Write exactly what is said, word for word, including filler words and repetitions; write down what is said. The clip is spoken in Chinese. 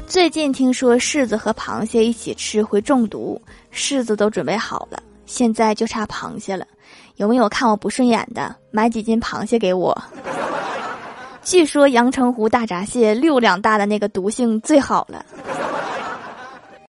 最近听说柿子和螃蟹一起吃会中毒，柿子都准备好了，现在就差螃蟹了。有没有看我不顺眼的，买几斤螃蟹给我。据说阳澄湖大闸蟹六两大的那个毒性最好了。